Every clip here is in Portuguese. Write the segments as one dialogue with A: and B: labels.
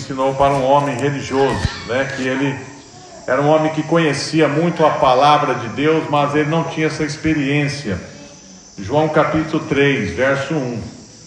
A: ensinou para um homem religioso, né? Que ele era um homem que conhecia muito a palavra de Deus, mas ele não tinha essa experiência. João capítulo 3, verso 1.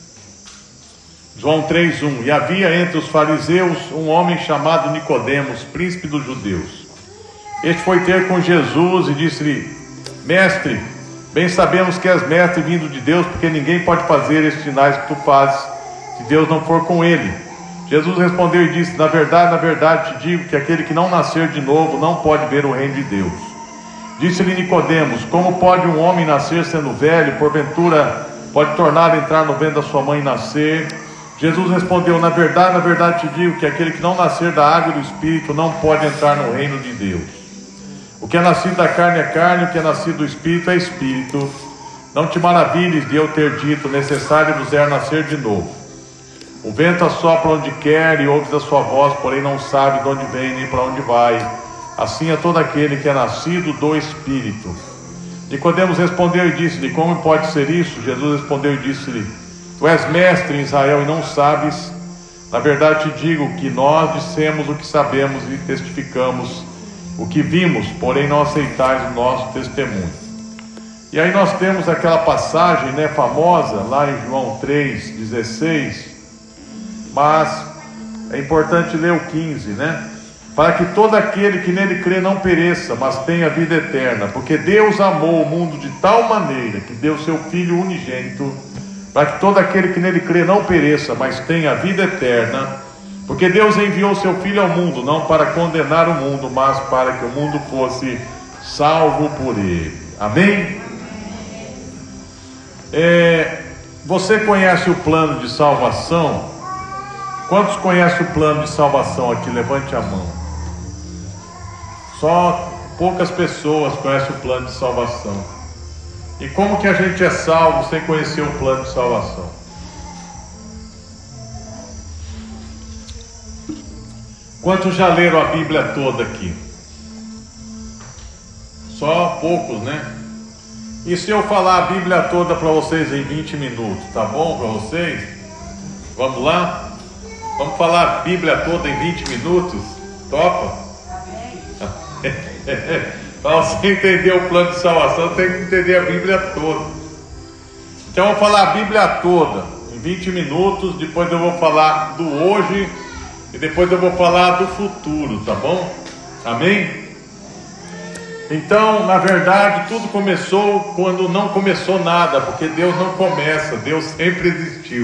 A: João 3:1. E havia entre os fariseus um homem chamado Nicodemos, príncipe dos judeus. Este foi ter com Jesus e disse-lhe: Mestre, bem sabemos que és mestre vindo de Deus, porque ninguém pode fazer estes sinais que tu fazes, se Deus não for com ele. Jesus respondeu e disse: na verdade te digo que aquele que não nascer de novo não pode ver o reino de Deus. Disse-lhe Nicodemos: como pode um homem nascer sendo velho? Porventura pode tornar a entrar no ventre da sua mãe e nascer? Jesus respondeu: na verdade te digo que aquele que não nascer da água e do Espírito não pode entrar no reino de Deus. O que é nascido da carne é carne, o que é nascido do Espírito é Espírito. Não te maravilhes de eu ter dito: necessário vos é nascer de novo. O vento assopra onde quer e ouves a sua voz, porém não sabe de onde vem nem para onde vai. Assim é todo aquele que é nascido do Espírito. Nicodemos respondeu e disse-lhe: como pode ser isso? Jesus respondeu e disse-lhe: tu és mestre em Israel e não sabes? Na verdade te digo que nós dissemos o que sabemos e testificamos o que vimos, porém não aceitais o nosso testemunho. E aí nós temos aquela passagem, né, famosa, lá em João 3,16, mas é importante ler o 15, né? Para que todo aquele que nele crê não pereça, mas tenha vida eterna. Porque Deus amou o mundo de tal maneira que deu seu Filho unigênito, para que todo aquele que nele crê não pereça, mas tenha vida eterna. Porque Deus enviou seu Filho ao mundo, não para condenar o mundo, mas para que o mundo fosse salvo por ele. Amém? Você conhece o plano de salvação? Quantos conhecem o plano de salvação aqui? Levante a mão. Só poucas pessoas conhecem o plano de salvação. E como que a gente é salvo sem conhecer o plano de salvação? Quantos já leram a Bíblia toda aqui? Só poucos, né? E se eu falar a Bíblia toda para vocês em 20 minutos, tá bom para vocês? Vamos lá? Vamos falar a Bíblia toda em 20 minutos? Topa? Para você entender o plano de salvação, tem que entender a Bíblia toda. Então eu vou falar a Bíblia toda em 20 minutos. Depois eu vou falar do hoje e depois eu vou falar do futuro, tá bom? Amém? Então, na verdade, tudo começou quando não começou nada, porque Deus não começa, Deus sempre existiu.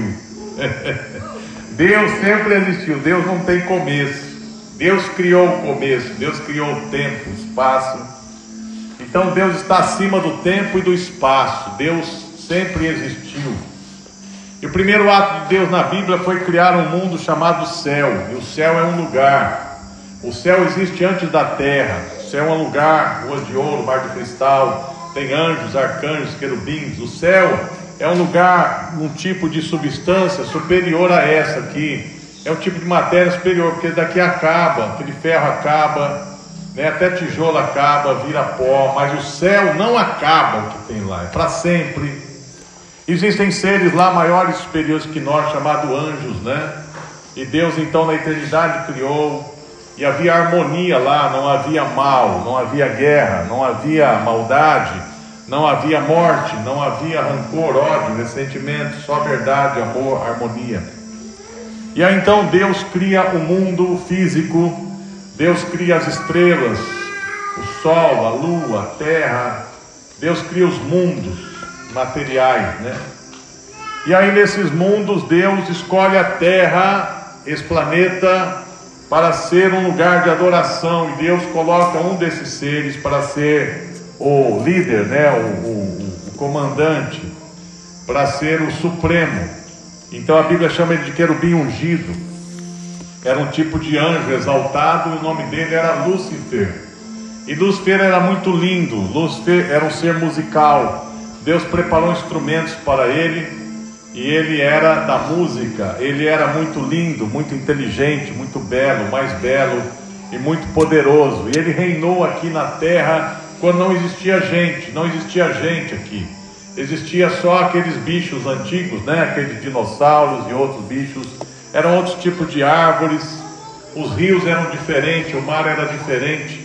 A: Deus sempre existiu, Deus não tem começo. Deus criou o começo, Deus criou o tempo, o espaço. Então Deus está acima do tempo e do espaço. Deus sempre existiu. E o primeiro ato de Deus na Bíblia foi criar um mundo chamado céu. E o céu é um lugar. O céu existe antes da terra. O céu é um lugar, ruas de ouro, mar de cristal, tem anjos, arcanjos, querubins. O céu é um lugar, um tipo de substância superior a essa aqui. É um tipo de matéria superior, porque daqui acaba, aquele ferro acaba, né? Até tijolo acaba, vira pó. Mas o céu não acaba, o que tem lá, é para sempre. Existem seres lá maiores e superiores que nós, chamados anjos, né? E Deus então na eternidade criou, e havia harmonia lá, não havia mal, não havia guerra, não havia maldade, não havia morte, não havia rancor, ódio, ressentimento, só verdade, amor, harmonia. E aí então Deus cria o mundo físico, Deus cria as estrelas, o sol, a lua, a terra, Deus cria os mundos materiais, né? E aí nesses mundos Deus escolhe a terra, esse planeta, para ser um lugar de adoração, e Deus coloca um desses seres para ser o líder, né? o comandante, para ser o supremo. Então a Bíblia chama ele de querubim ungido. Era um tipo de anjo exaltado, e o nome dele era Lúcifer. E Lúcifer era muito lindo, Lúcifer era um ser musical. Deus preparou instrumentos para ele, e ele era da música. Ele era muito lindo, muito inteligente, muito belo, mais belo e muito poderoso. E ele reinou aqui na terra quando não existia gente aqui. Existia só aqueles bichos antigos, né? Aqueles dinossauros e outros bichos. Eram outros tipos de árvores, os rios eram diferentes, o mar era diferente.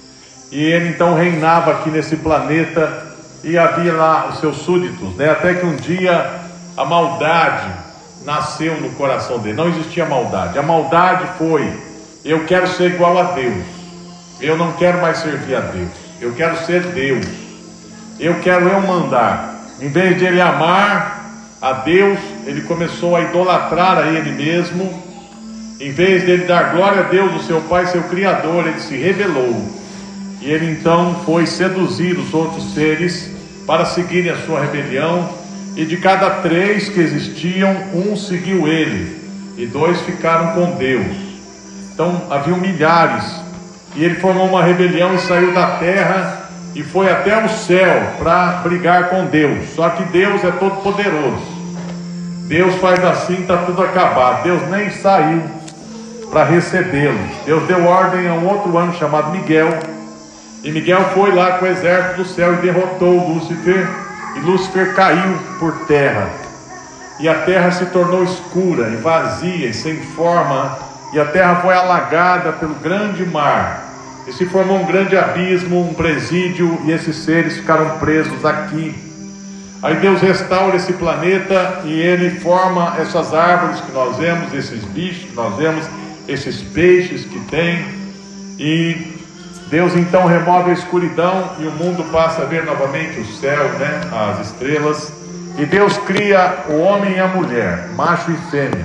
A: E ele então reinava aqui nesse planeta e havia lá os seus súditos, né? Até que um dia a maldade nasceu no coração dele. Não existia maldade. A maldade foi: eu quero ser igual a Deus. Eu não quero mais servir a Deus. Eu quero ser Deus. Eu quero mandar. Em vez de ele amar a Deus, ele começou a idolatrar a ele mesmo. Em vez de ele dar glória a Deus, o seu Pai, seu Criador, ele se rebelou. E ele então foi seduzir os outros seres para seguirem a sua rebelião. E de cada 3 que existiam, um seguiu ele, e 2 ficaram com Deus. Então haviam milhares. E ele formou uma rebelião e saiu da terra e foi até o céu para brigar com Deus. Só que Deus é todo poderoso. Deus faz assim, está tudo acabado. Deus nem saiu para recebê-lo. Deus deu ordem a um outro anjo chamado Miguel. E Miguel foi lá com o exército do céu e derrotou Lúcifer. E Lúcifer caiu por terra. E a terra se tornou escura e vazia e sem forma. E a terra foi alagada pelo grande mar. E se formou um grande abismo, um presídio. E esses seres ficaram presos aqui. Aí Deus restaura esse planeta e ele forma essas árvores que nós vemos, esses bichos que nós vemos, esses peixes que tem. E Deus então remove a escuridão e o mundo passa a ver novamente o céu, né? As estrelas. E Deus cria o homem e a mulher, macho e fêmea,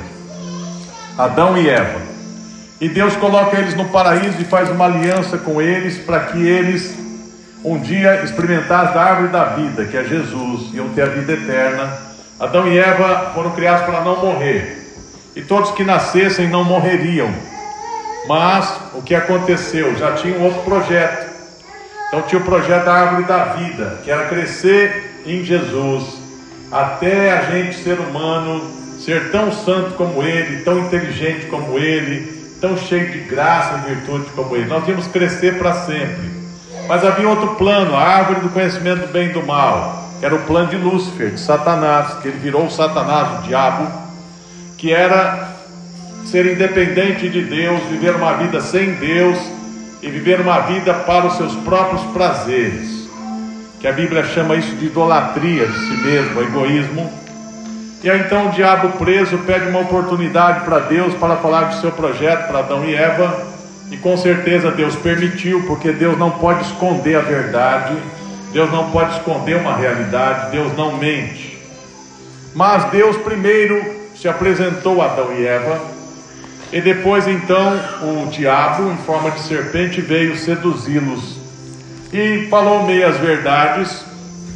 A: Adão e Eva. E Deus coloca eles no paraíso e faz uma aliança com eles para que eles um dia experimentassem da árvore da vida, que é Jesus, iam ter a vida eterna. Adão e Eva foram criados para não morrer. E todos que nascessem não morreriam. Mas o que aconteceu? Já tinha um outro projeto. Então tinha o projeto da árvore da vida, que era crescer em Jesus, até a gente, ser humano, ser tão santo como Ele, tão inteligente como Ele, tão cheio de graça e virtude como Ele. Nós íamos crescer para sempre. Mas havia outro plano, a árvore do conhecimento do bem e do mal, que era o plano de Lúcifer, de Satanás, que ele virou o Satanás, o diabo, que era ser independente de Deus, viver uma vida sem Deus e viver uma vida para os seus próprios prazeres, que a Bíblia chama isso de idolatria de si mesmo, egoísmo. E aí então o diabo preso pede uma oportunidade para Deus para falar do seu projeto para Adão e Eva, e com certeza Deus permitiu, porque Deus não pode esconder a verdade, Deus não pode esconder uma realidade, Deus não mente. Mas Deus primeiro se apresentou a Adão e Eva, e depois então o diabo, em forma de serpente, veio seduzi-los e falou meias verdades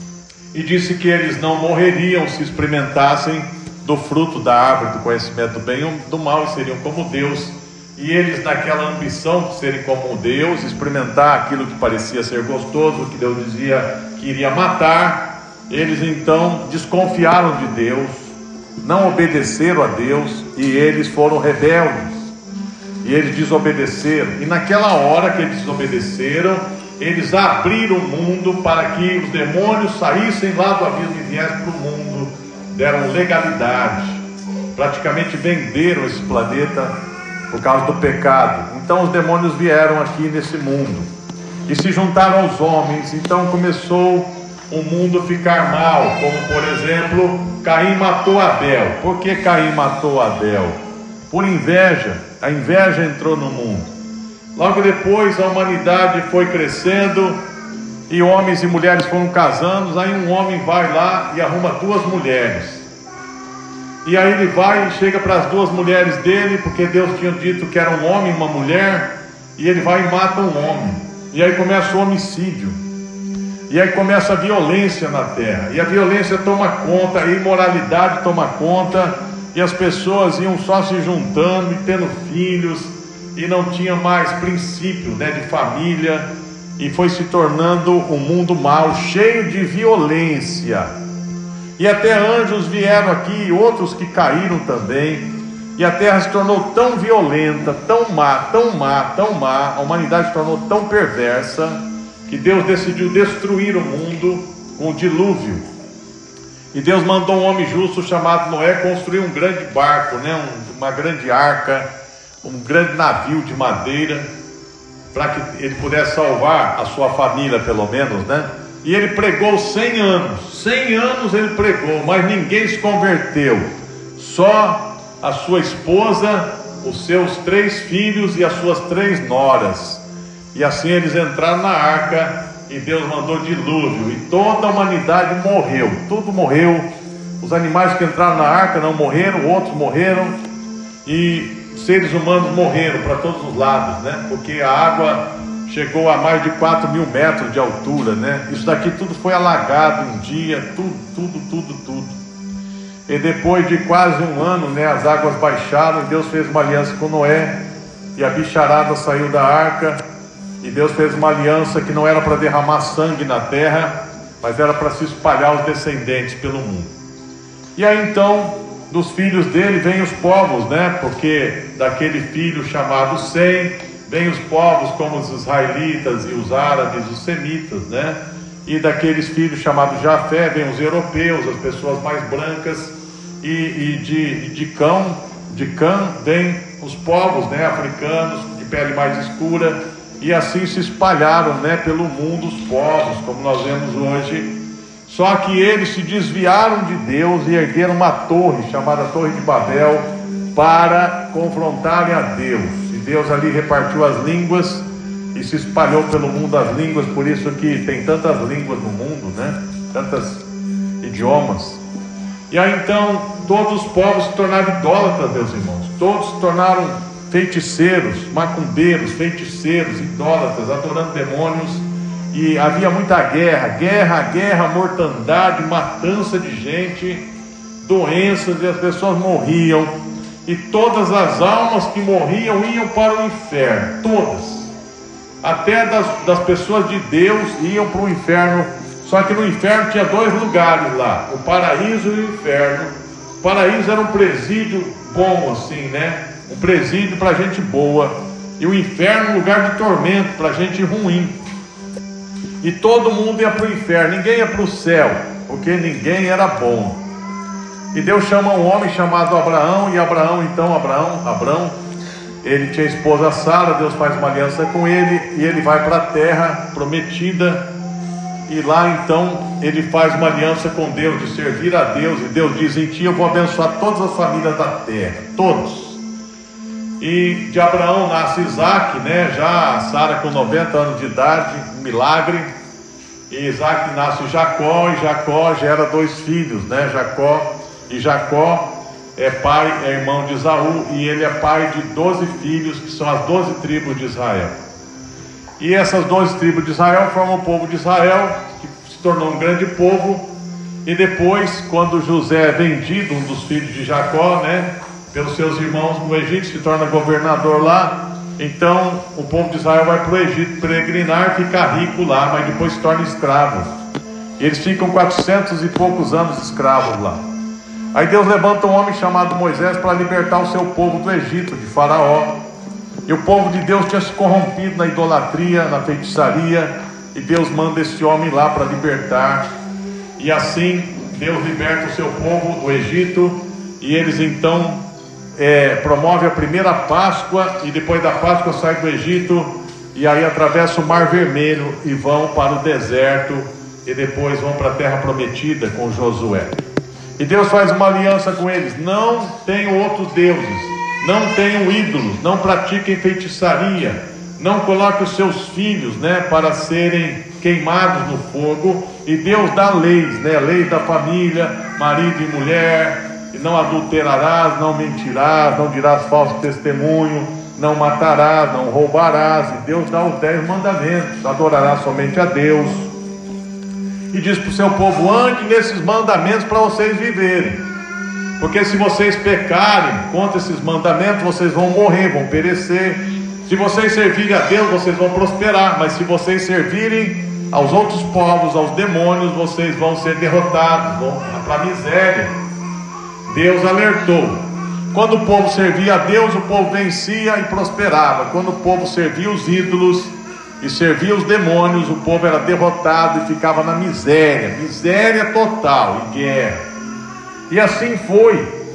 A: e disse que eles não morreriam se experimentassem do fruto da árvore do conhecimento do bem e do mal, e seriam como Deus. E eles, naquela ambição de serem como Deus, experimentar aquilo que parecia ser gostoso, que Deus dizia que iria matar, eles então desconfiaram de Deus, não obedeceram a Deus, e eles foram rebeldes, e eles desobedeceram. E naquela hora que eles desobedeceram, eles abriram o mundo para que os demônios saíssem lá do abismo e viessem para o mundo. Deram legalidade, praticamente venderam esse planeta por causa do pecado. Então os demônios vieram aqui nesse mundo e se juntaram aos homens. Então começou o mundo ficar mal, como por exemplo, Caim matou Abel. Por que Caim matou Abel? Por inveja. A inveja entrou no mundo. Logo depois a humanidade foi crescendo e homens e mulheres foram casando. Aí um homem vai lá e arruma 2 mulheres. E aí ele vai e chega para as 2 mulheres dele, porque Deus tinha dito que era um homem e uma mulher, e ele vai e mata um homem. E aí começa o homicídio. E aí começa a violência na terra. E a violência toma conta, a imoralidade toma conta, e as pessoas iam só se juntando e tendo filhos, e não tinha mais princípio, né, de família, e foi se tornando um mundo mau, cheio de violência. E até anjos vieram aqui, outros que caíram também, e a terra se tornou tão violenta, tão má, tão má, tão má, a humanidade se tornou tão perversa, que Deus decidiu destruir o mundo com o dilúvio. E Deus mandou um homem justo chamado Noé construir um grande barco, né? Uma grande arca, um grande navio de madeira, para que ele pudesse salvar a sua família, pelo menos, né? E ele pregou 100 anos, 100 anos ele pregou, mas ninguém se converteu, só a sua esposa, os seus 3 filhos e as suas 3 noras. E assim eles entraram na arca, e Deus mandou dilúvio, e toda a humanidade morreu, tudo morreu. Os animais que entraram na arca não morreram, outros morreram, e seres humanos morreram para todos os lados, né? Porque a água chegou a mais de 4.000 metros de altura, né? Isso daqui tudo foi alagado um dia, tudo. E depois de quase um ano, né, as águas baixaram, e Deus fez uma aliança com Noé, e a bicharada saiu da arca, e Deus fez uma aliança que não era para derramar sangue na terra, mas era para se espalhar os descendentes pelo mundo. E aí então, dos filhos dele vêm os povos, né? Porque daquele filho chamado Sem, vêm os povos como os israelitas e os árabes, os semitas, né? E daqueles filhos chamados Jafé, vêm os europeus, as pessoas mais brancas, e de Cã vêm os povos, né? Africanos, de pele mais escura, e assim se espalharam, né? Pelo mundo os povos, como nós vemos hoje. Só que eles se desviaram de Deus e ergueram uma torre, chamada Torre de Babel, para confrontarem a Deus. E Deus ali repartiu as línguas e se espalhou pelo mundo as línguas. Por isso que tem tantas línguas no mundo, né? Tantos idiomas. E aí então todos os povos se tornaram idólatras, meus irmãos. Todos se tornaram feiticeiros, macumbeiros, feiticeiros, idólatras, adorando demônios. E havia muita guerra, mortandade, matança de gente, doenças, e as pessoas morriam, e todas as almas que morriam iam para o inferno, todas, até das pessoas de Deus iam para o inferno. Só que no inferno tinha 2 lugares lá, o paraíso e o inferno. O paraíso era um presídio bom assim, né? Um presídio para gente boa, e o inferno um lugar de tormento para gente ruim. E todo mundo ia para o inferno, ninguém ia para o céu, porque ninguém era bom. E Deus chama um homem chamado Abraão, e Abraão, ele tinha a esposa Sara. Deus faz uma aliança com ele, e ele vai para a terra prometida, e lá então ele faz uma aliança com Deus, de servir a Deus, e Deus diz: em ti eu vou abençoar todas as famílias da terra, todos. E de Abraão nasce Isaac, né? Já Sara com 90 anos de idade, um milagre. E Isaac nasce Jacó, e Jacó gera 2 filhos, né? Jacó é irmão de Esaú, e ele é pai de 12 filhos, que são as 12 tribos de Israel. E essas 12 tribos de Israel formam o povo de Israel, que se tornou um grande povo. E depois, quando José é vendido, um dos filhos de Jacó, né, pelos seus irmãos no Egito, se torna governador lá. Então o povo de Israel vai para o Egito peregrinar, ficar rico lá, mas depois se torna escravo. E eles ficam 400 e poucos anos escravos lá. Aí Deus levanta um homem chamado Moisés para libertar o seu povo do Egito, de Faraó. E o povo de Deus tinha se corrompido na idolatria, na feitiçaria, e Deus manda esse homem lá para libertar. E assim Deus liberta o seu povo do Egito, e eles então promove a primeira Páscoa, e depois da Páscoa sai do Egito, e aí atravessa o Mar Vermelho e vão para o deserto, e depois vão para a terra prometida com Josué. E Deus faz uma aliança com eles: não tenham outros deuses, não tenham ídolos, não pratiquem feitiçaria, não coloquem os seus filhos, né, para serem queimados no fogo. E Deus dá leis, né, leis da família, marido e mulher: não adulterarás, não mentirás, não dirás falso testemunho, não matarás, não roubarás. E Deus dá os 10 mandamentos: adorarás somente a Deus. E diz para o seu povo: ande nesses mandamentos para vocês viverem, porque se vocês pecarem contra esses mandamentos, vocês vão morrer, vão perecer. Se vocês servirem a Deus, vocês vão prosperar, mas se vocês servirem aos outros povos, aos demônios, vocês vão ser derrotados, vão para a miséria. Deus alertou: quando o povo servia a Deus, o povo vencia e prosperava. Quando o povo servia os ídolos e servia os demônios, o povo era derrotado e ficava na miséria total e guerra. E assim foi.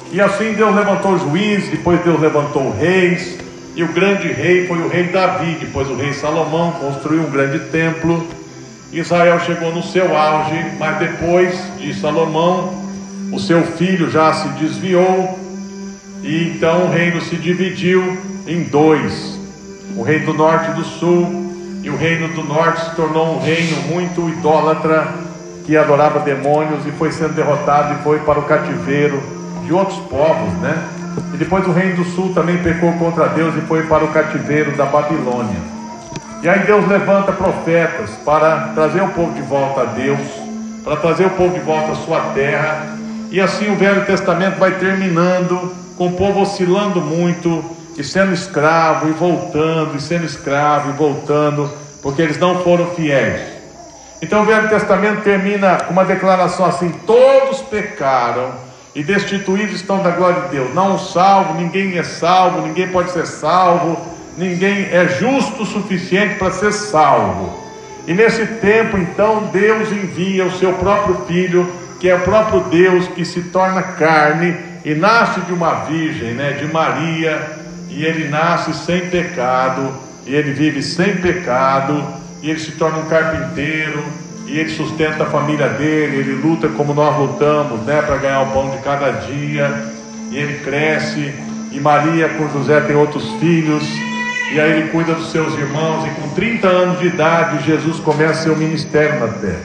A: E assim Deus levantou juízes, depois Deus levantou reis, e o grande rei foi o rei Davi. Depois o rei Salomão construiu um grande templo. Israel chegou no seu auge, mas depois de Salomão, o seu filho já se desviou, e então o reino se dividiu em dois: o reino do norte e do sul. E o reino do norte se tornou um reino muito idólatra, que adorava demônios, e foi sendo derrotado e foi para o cativeiro de outros povos, né? E depois o reino do sul também pecou contra Deus e foi para o cativeiro da Babilônia. E aí Deus levanta profetas para trazer o povo de volta a Deus, para trazer o povo de volta à sua terra. E assim o Velho Testamento vai terminando com o povo oscilando muito, e sendo escravo e voltando, e sendo escravo e voltando, porque eles não foram fiéis. Então o Velho Testamento termina com uma declaração assim: todos pecaram e destituídos estão da glória de Deus. Não salvo, ninguém é salvo, ninguém pode ser salvo, ninguém é justo o suficiente para ser salvo. E nesse tempo então Deus envia o seu próprio Filho, que é o próprio Deus, que se torna carne e nasce de uma virgem, né, de Maria. E ele nasce sem pecado, e ele vive sem pecado, e ele se torna um carpinteiro, e ele sustenta a família dele, ele luta como nós lutamos, né, para ganhar o pão de cada dia, e ele cresce, e Maria com José tem outros filhos, e aí ele cuida dos seus irmãos, e com 30 anos de idade, Jesus começa seu ministério na terra.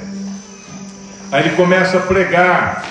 A: Aí ele começa a pregar,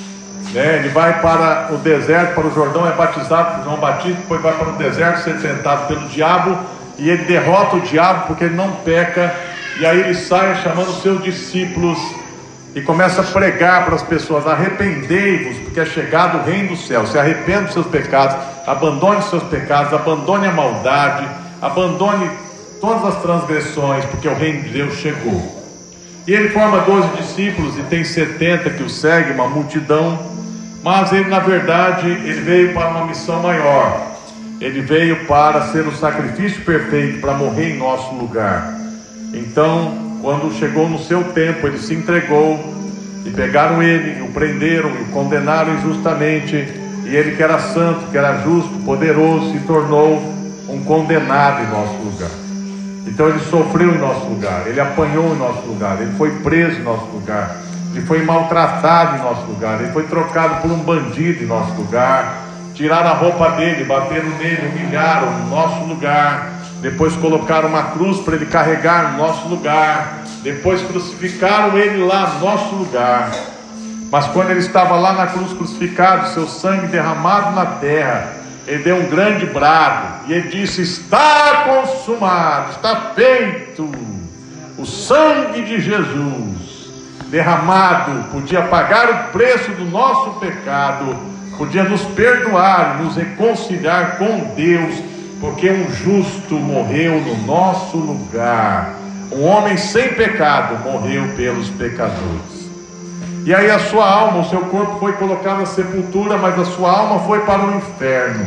A: ele vai para o deserto, para o Jordão, é batizado por João Batista, depois vai para o deserto ser tentado pelo diabo, e ele derrota o diabo porque ele não peca. E aí ele sai chamando os seus discípulos e começa a pregar para as pessoas: arrependei-vos, porque é chegado o reino dos céus. Se arrependa dos seus pecados, abandone os seus pecados, abandone a maldade, abandone todas as transgressões, porque o reino de Deus chegou. E ele forma 12 discípulos e tem 70 que o seguem, uma multidão. Mas ele, na verdade, ele veio para uma missão maior. Ele veio para ser o sacrifício perfeito, para morrer em nosso lugar. Então, quando chegou no seu tempo, ele se entregou, e pegaram ele, e o prenderam, e o condenaram injustamente. E ele, que era santo, que era justo, poderoso, se tornou um condenado em nosso lugar. Então ele sofreu em nosso lugar, ele apanhou em nosso lugar, ele foi preso em nosso lugar, ele foi maltratado em nosso lugar, ele foi trocado por um bandido em nosso lugar, tiraram a roupa dele, bateram nele, humilharam no nosso lugar, depois colocaram uma cruz para ele carregar no nosso lugar, depois crucificaram ele lá no nosso lugar. Mas quando ele estava lá na cruz crucificado, seu sangue derramado na terra, ele deu um grande brado, e ele disse: está consumado, está feito. O sangue de Jesus derramado podia pagar o preço do nosso pecado, podia nos perdoar, nos reconciliar com Deus, porque um justo morreu no nosso lugar. Um homem sem pecado morreu pelos pecadores. E aí a sua alma, o seu corpo foi colocado na sepultura, mas a sua alma foi para o inferno.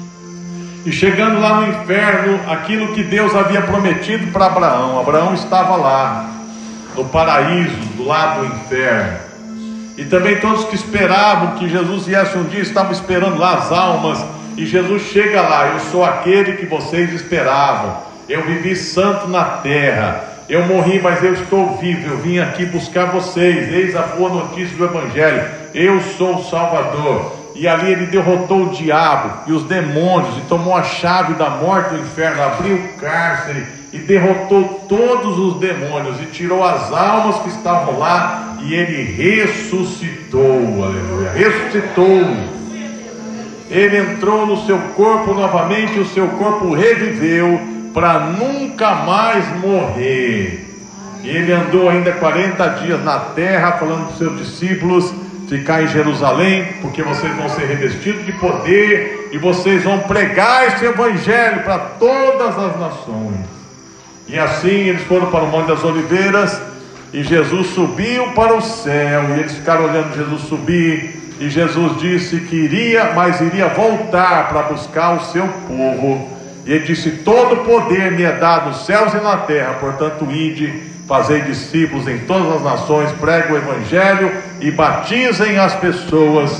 A: E chegando lá no inferno, aquilo que Deus havia prometido para Abraão, Abraão estava lá, no paraíso, do lado do inferno. E também todos que esperavam que Jesus viesse um dia, estavam esperando lá as almas. E Jesus chega lá: eu sou aquele que vocês esperavam, eu vivi santo na terra, eu morri, mas eu estou vivo, eu vim aqui buscar vocês, eis a boa notícia do Evangelho, eu sou o Salvador. E ali ele derrotou o diabo e os demônios, e tomou a chave da morte do inferno, abriu o cárcere e derrotou todos os demônios, e tirou as almas que estavam lá, e ele ressuscitou, aleluia, ressuscitou. Ele entrou no seu corpo novamente, o seu corpo reviveu, para nunca mais morrer. E ele andou ainda 40 dias na terra, falando para os seus discípulos: ficar em Jerusalém, porque vocês vão ser revestidos de poder, e vocês vão pregar esse evangelho para todas as nações. E assim eles foram para o Monte das Oliveiras, e Jesus subiu para o céu, e eles ficaram olhando Jesus subir. E Jesus disse que iria, mas iria voltar para buscar o seu povo. E ele disse: todo poder me é dado nos céus e na terra, portanto ide, fazei discípulos em todas as nações, pregue o evangelho e batizem as pessoas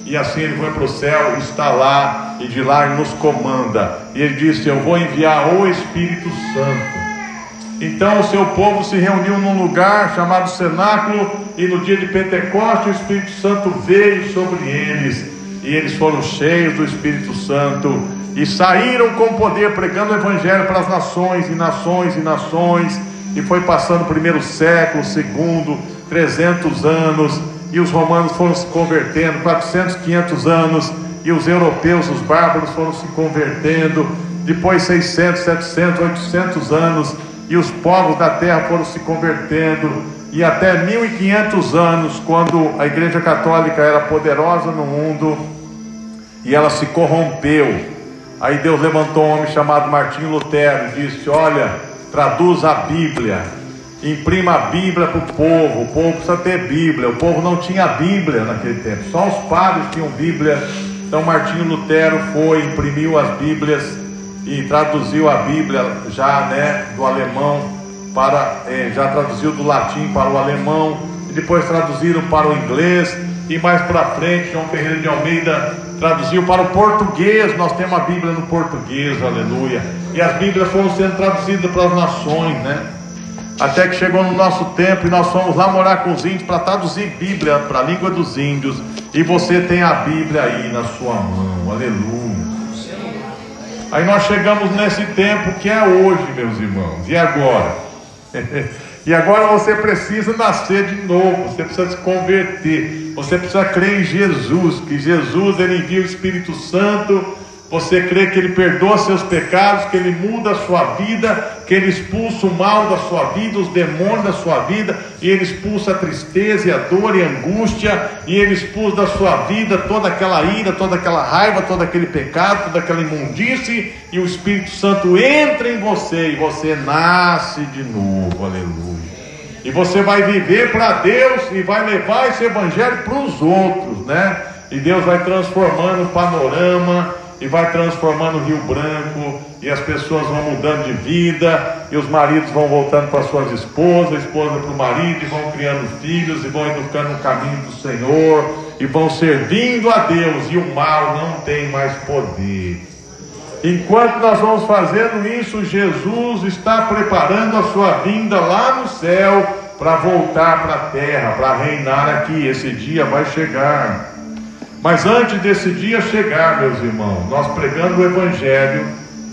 A: e assim ele foi para o céu, está lá, e de lá ele nos comanda. E ele disse: eu vou enviar o Espírito Santo. Então o seu povo se reuniu num lugar chamado cenáculo, e no dia de Pentecostes o Espírito Santo veio sobre eles, e eles foram cheios do Espírito Santo, e saíram com poder, pregando o Evangelho para as nações, e nações, e nações. E foi passando o primeiro século, segundo, 300 anos, e os romanos foram se convertendo, 400, 500 anos, e os europeus, os bárbaros, foram se convertendo. Depois 600, 700, 800 anos, e os povos da terra foram se convertendo, e até 1500 anos, quando a Igreja Católica era poderosa no mundo, e ela se corrompeu. Aí Deus levantou um homem chamado Martinho Lutero e disse: olha, traduz a Bíblia, imprima a Bíblia para o povo precisa ter Bíblia. O povo não tinha Bíblia naquele tempo, só os padres tinham Bíblia. Então Martinho Lutero foi, imprimiu as Bíblias e traduziu a Bíblia já, do alemão para, já traduziu do latim para o alemão, e depois traduziram para o inglês, e mais para frente João Ferreira de Almeida traduziu para o português. Nós temos a Bíblia no português, aleluia, e as Bíblias foram sendo traduzidas para as nações, até que chegou no nosso tempo, e nós fomos lá morar com os índios para traduzir Bíblia para a língua dos índios, e você tem a Bíblia aí na sua mão, aleluia. Aí nós chegamos nesse tempo que é hoje, meus irmãos. E agora? E agora você precisa nascer de novo. Você precisa se converter. Você precisa crer em Jesus, que Jesus, ele envia o Espírito Santo. Você crê que ele perdoa seus pecados, que ele muda a sua vida, que ele expulsa o mal da sua vida, os demônios da sua vida, e ele expulsa a tristeza e a dor e a angústia, e ele expulsa da sua vida toda aquela ira, toda aquela raiva, todo aquele pecado, toda aquela imundície, e o Espírito Santo entra em você, e você nasce de novo, aleluia. E você vai viver para Deus, e vai levar esse evangelho para os outros, E Deus vai transformando o panorama, e vai transformando o Rio Branco, e as pessoas vão mudando de vida, e os maridos vão voltando para suas esposas, a esposa para o marido, e vão criando filhos, e vão educando no caminho do Senhor, e vão servindo a Deus, e o mal não tem mais poder. Enquanto nós vamos fazendo isso, Jesus está preparando a sua vinda lá no céu, para voltar para a terra, para reinar aqui. Esse dia vai chegar. Mas antes desse dia chegar, meus irmãos, nós pregando o Evangelho,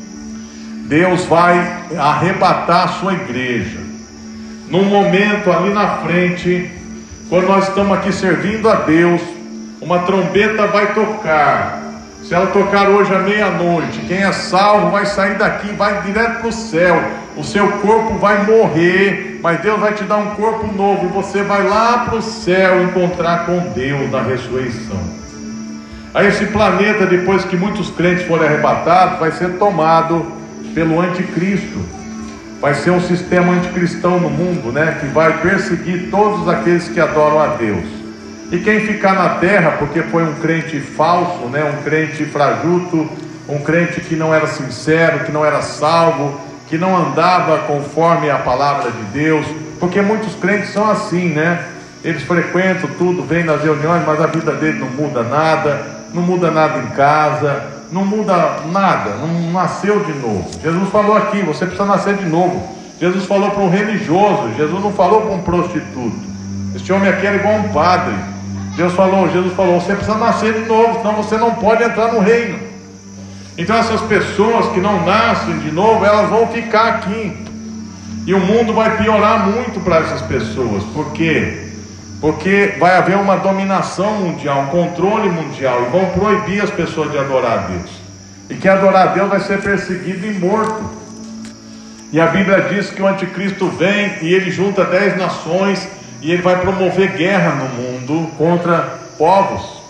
A: Deus vai arrebatar a sua igreja. Num momento ali na frente, quando nós estamos aqui servindo a Deus, uma trombeta vai tocar. Se ela tocar hoje à meia-noite, quem é salvo vai sair daqui, vai direto para o céu. O seu corpo vai morrer, mas Deus vai te dar um corpo novo, e você vai lá para o céu encontrar com Deus na ressurreição. Aí esse planeta, depois que muitos crentes forem arrebatados, vai ser tomado pelo anticristo. Vai ser um sistema anticristão no mundo, que vai perseguir todos aqueles que adoram a Deus. E quem ficar na terra, porque foi um crente falso, um crente frajuto, um crente que não era sincero, que não era salvo, que não andava conforme a palavra de Deus, porque muitos crentes são assim, Eles frequentam tudo, vêm nas reuniões, mas a vida dele não muda nada em casa, não muda nada, não nasceu de novo. Jesus falou aqui, você precisa nascer de novo. Jesus falou para um religioso, Jesus não falou para um prostituto. Este homem aqui era igual um padre. Jesus falou, você precisa nascer de novo, senão você não pode entrar no reino. Então essas pessoas que não nascem de novo, elas vão ficar aqui. E o mundo vai piorar muito para essas pessoas. Por quê? Porque vai haver uma dominação mundial, um controle mundial, e vão proibir as pessoas de adorar a Deus. E quem adorar a Deus vai ser perseguido e morto. E a Bíblia diz que o anticristo vem e ele junta 10 nações, e ele vai promover guerra no mundo contra povos.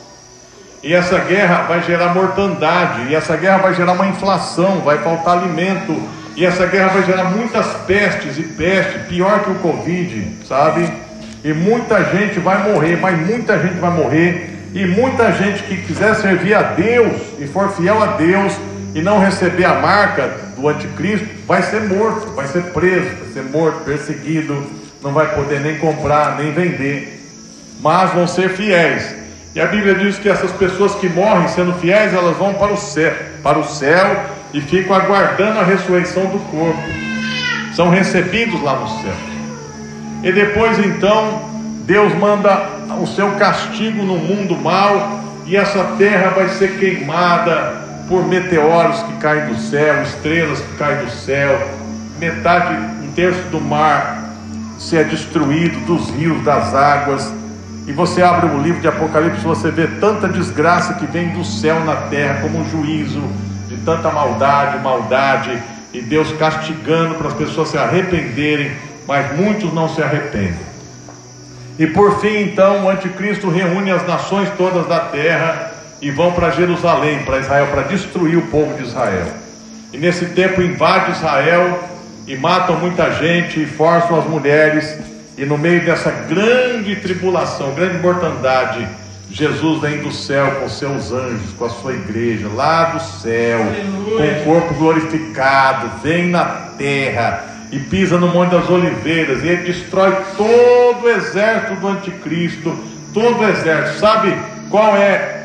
A: E essa guerra vai gerar mortandade, e essa guerra vai gerar uma inflação, vai faltar alimento, e essa guerra vai gerar muitas pestes, e peste, pior que o Covid, sabe? E muita gente vai morrer, mas muita gente vai morrer, e muita gente que quiser servir a Deus, e for fiel a Deus, e não receber a marca do anticristo, vai ser morto, vai ser preso, vai ser morto, perseguido, não vai poder nem comprar, nem vender, mas vão ser fiéis. E a Bíblia diz que essas pessoas que morrem sendo fiéis, elas vão para o céu e ficam aguardando a ressurreição do corpo. São recebidos lá no céu. E depois então Deus manda o seu castigo no mundo mal, e essa terra vai ser queimada por meteoros que caem do céu, estrelas que caem do céu, metade, um terço do mar ser destruído, dos rios, das águas. E você abre o livro de Apocalipse, você vê tanta desgraça que vem do céu na terra, como um juízo de tanta maldade, e Deus castigando para as pessoas se arrependerem, mas muitos não se arrependem. E por fim então o anticristo reúne as nações todas da terra e vão para Jerusalém, para Israel, para destruir o povo de Israel. E nesse tempo invade Israel e matam muita gente e forçam as mulheres. E no meio dessa grande tribulação, grande mortandade, Jesus vem do céu com seus anjos, com a sua igreja, lá do céu, com o corpo glorificado, vem na terra e pisa no Monte das Oliveiras, e ele destrói todo o exército do anticristo, todo o exército. Sabe qual é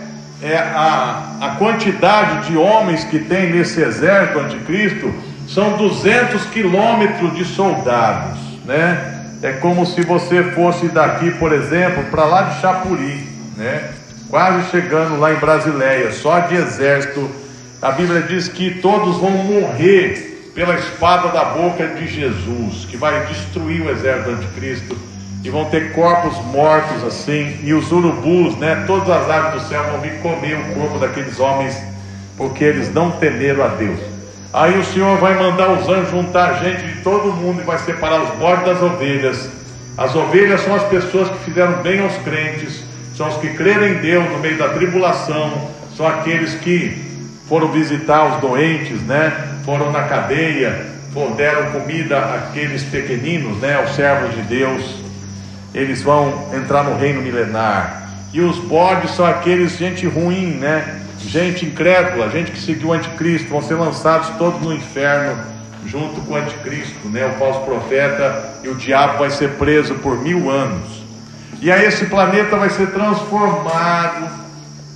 A: a quantidade de homens que tem nesse exército do anticristo? São 200 quilômetros de soldados, né? É como se você fosse daqui, por exemplo, para lá de Chapuri, né? Quase chegando lá em Brasileia, só de exército. A Bíblia diz que todos vão morrer pela espada da boca de Jesus, que vai destruir o exército do anticristo, e vão ter corpos mortos assim, e os urubus, né? Todas as aves do céu vão vir comer o corpo daqueles homens, porque eles não temeram a Deus. Aí o Senhor vai mandar os anjos juntar gente de todo mundo e vai separar os bodes das ovelhas. As ovelhas são as pessoas que fizeram bem aos crentes, são os que creram em Deus no meio da tribulação, são aqueles que foram visitar os doentes, né? Foram na cadeia, deram comida àqueles pequeninos, né? Aos servos de Deus. Eles vão entrar no reino milenar. E os bodes são aqueles, gente ruim, né? Gente incrédula, gente que seguiu o anticristo, vão ser lançados todos no inferno, junto com o anticristo, né? O falso profeta, e o diabo vai ser preso por 1000 anos. E aí esse planeta vai ser transformado,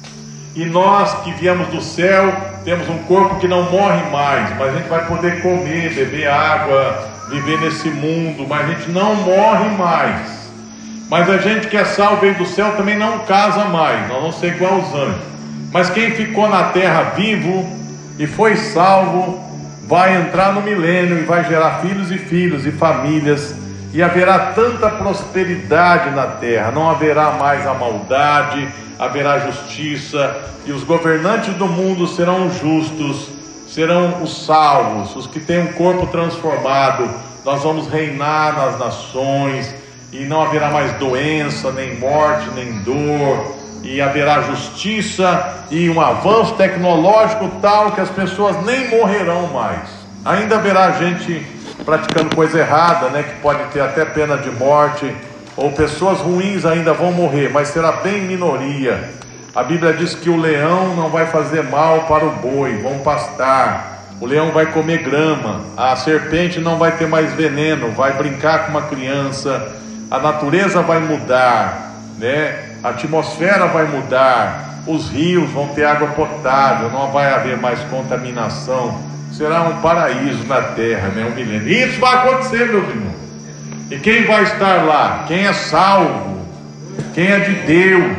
A: e nós que viemos do céu temos um corpo que não morre mais, mas a gente vai poder comer, beber água, viver nesse mundo, mas a gente não morre mais. Mas a gente que é salvo veio do céu também não casa mais, nós vamos ser igual aos anjos. Mas quem ficou na terra vivo e foi salvo vai entrar no milênio e vai gerar filhos e famílias, e haverá tanta prosperidade na terra, não haverá mais a maldade, haverá justiça, e os governantes do mundo serão justos, serão os salvos, os que têm um corpo transformado. Nós vamos reinar nas nações, e não haverá mais doença, nem morte, nem dor, e haverá justiça e um avanço tecnológico tal que as pessoas nem morrerão mais. Ainda haverá gente praticando coisa errada, né, que pode ter até pena de morte, ou pessoas ruins ainda vão morrer, mas será bem minoria. A Bíblia diz que o leão não vai fazer mal para o boi, vão pastar. O leão vai comer grama, a serpente não vai ter mais veneno, vai brincar com uma criança. A natureza vai mudar, né? A atmosfera vai mudar, os rios vão ter água potável, não vai haver mais contaminação. Será um paraíso na terra, né? Um milênio. Isso vai acontecer, meus irmãos. E quem vai estar lá? Quem é salvo, quem é de Deus.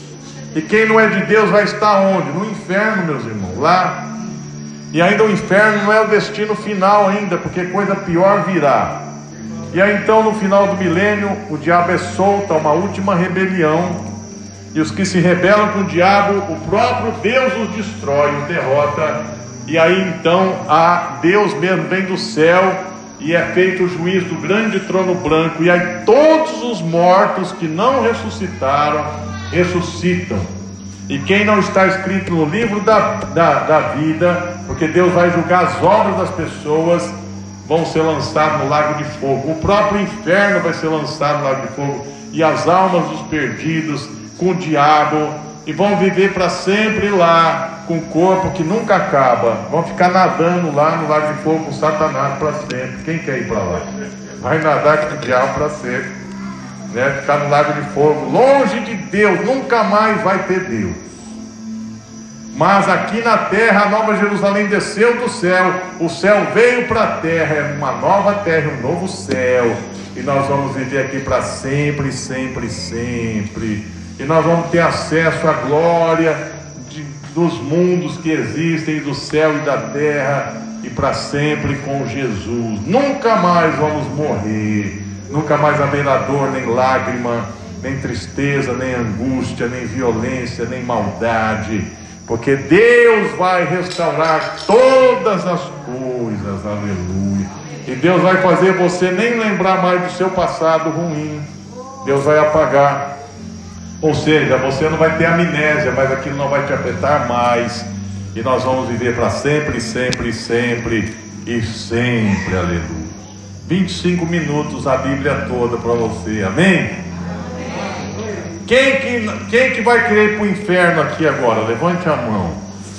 A: E quem não é de Deus vai estar onde? No inferno, meus irmãos, lá. E ainda o inferno não é o destino final ainda, porque coisa pior virá. E aí então no final do milênio o diabo é solto a uma última rebelião, e os que se rebelam com o diabo, o próprio Deus os destrói, os derrota. E aí então Deus mesmo vem do céu, e é feito o juízo do grande trono branco, e aí todos os mortos que não ressuscitaram, ressuscitam. E quem não está escrito no livro da vida, porque Deus vai julgar as obras das pessoas, vão ser lançados no lago de fogo. O próprio inferno vai ser lançado no lago de fogo, e as almas dos perdidos com o diabo, e vão viver para sempre lá, com o corpo que nunca acaba. Vão ficar nadando lá no lago de fogo com Satanás para sempre. Quem quer ir para lá? Vai nadar com o diabo para sempre. né? Ficar no lago de fogo, longe de Deus, nunca mais vai ter Deus. Mas aqui na terra, a Nova Jerusalém desceu do céu, o céu veio para a terra, é uma nova terra, um novo céu, e nós vamos viver aqui para sempre, sempre, sempre, e nós vamos ter acesso à glória dos mundos que existem, do céu e da terra, e para sempre com Jesus. Nunca mais vamos morrer, nunca mais haverá dor, nem lágrima, nem tristeza, nem angústia, nem violência, nem maldade, porque Deus vai restaurar todas as coisas, aleluia. E Deus vai fazer você nem lembrar mais do seu passado ruim. Deus vai apagar. Ou seja, você não vai ter amnésia, mas aquilo não vai te afetar mais. E nós vamos viver para sempre, sempre, sempre e sempre, aleluia. 25 minutos, a Bíblia toda para você, amém? Quem que vai querer ir para o inferno aqui agora? Levante a mão.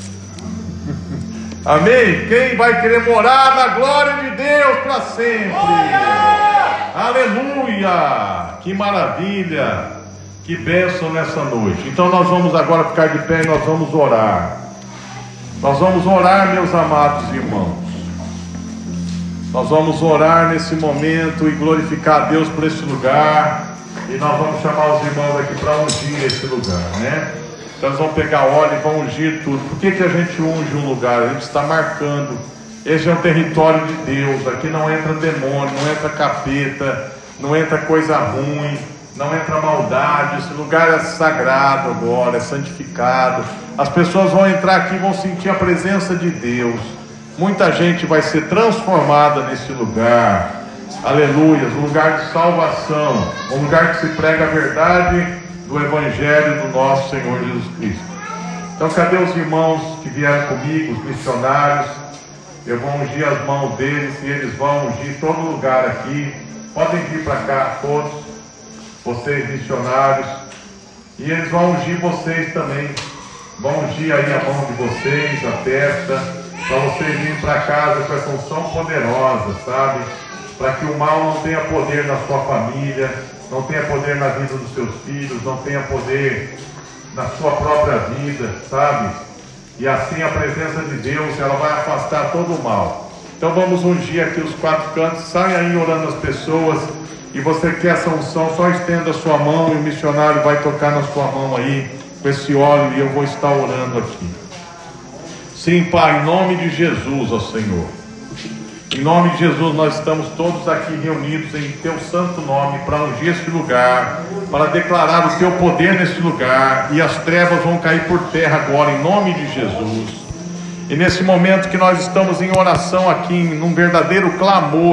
A: Amém? Quem vai querer morar na glória de Deus para sempre? Aleluia! Que maravilha! Que bênção nessa noite. Então nós vamos agora ficar de pé e nós vamos orar. Nós vamos orar, meus amados irmãos. Nós vamos orar nesse momento e glorificar a Deus por esse lugar. E nós vamos chamar os irmãos aqui para ungir esse lugar, né? Então eles vão pegar óleo e vão ungir tudo. Por que a gente unge um lugar? A gente está marcando. Esse é o território de Deus. Aqui não entra demônio, não entra capeta, não entra coisa ruim, não entra maldade. Esse lugar é sagrado agora, é santificado. As pessoas vão entrar aqui e vão sentir a presença de Deus. Muita gente vai ser transformada nesse lugar. Aleluia, um lugar de salvação, um lugar que se prega a verdade do Evangelho do nosso Senhor Jesus Cristo. Então cadê os irmãos que vieram comigo, os missionários? Eu vou ungir as mãos deles e eles vão ungir todo lugar aqui. Podem vir para cá todos, vocês missionários, e eles vão ungir vocês também. Vão ungir aí a mão de vocês, a testa, para vocês virem para casa com essa unção poderosa, sabe? Para que o mal não tenha poder na sua família, não tenha poder na vida dos seus filhos, não tenha poder na sua própria vida, sabe? E assim a presença de Deus, ela vai afastar todo o mal. Então vamos ungir aqui os quatro cantos, saia aí orando as pessoas, e você que quer essa unção, só estenda a sua mão e o missionário vai tocar na sua mão aí, com esse óleo, e eu vou estar orando aqui. Sim, Pai, em nome de Jesus, ó Senhor. Em nome de Jesus, nós estamos todos aqui reunidos em Teu santo nome para ungir este lugar, para declarar o Teu poder neste lugar, e as trevas vão cair por terra agora, em nome de Jesus. E nesse momento que nós estamos em oração aqui, num verdadeiro clamor,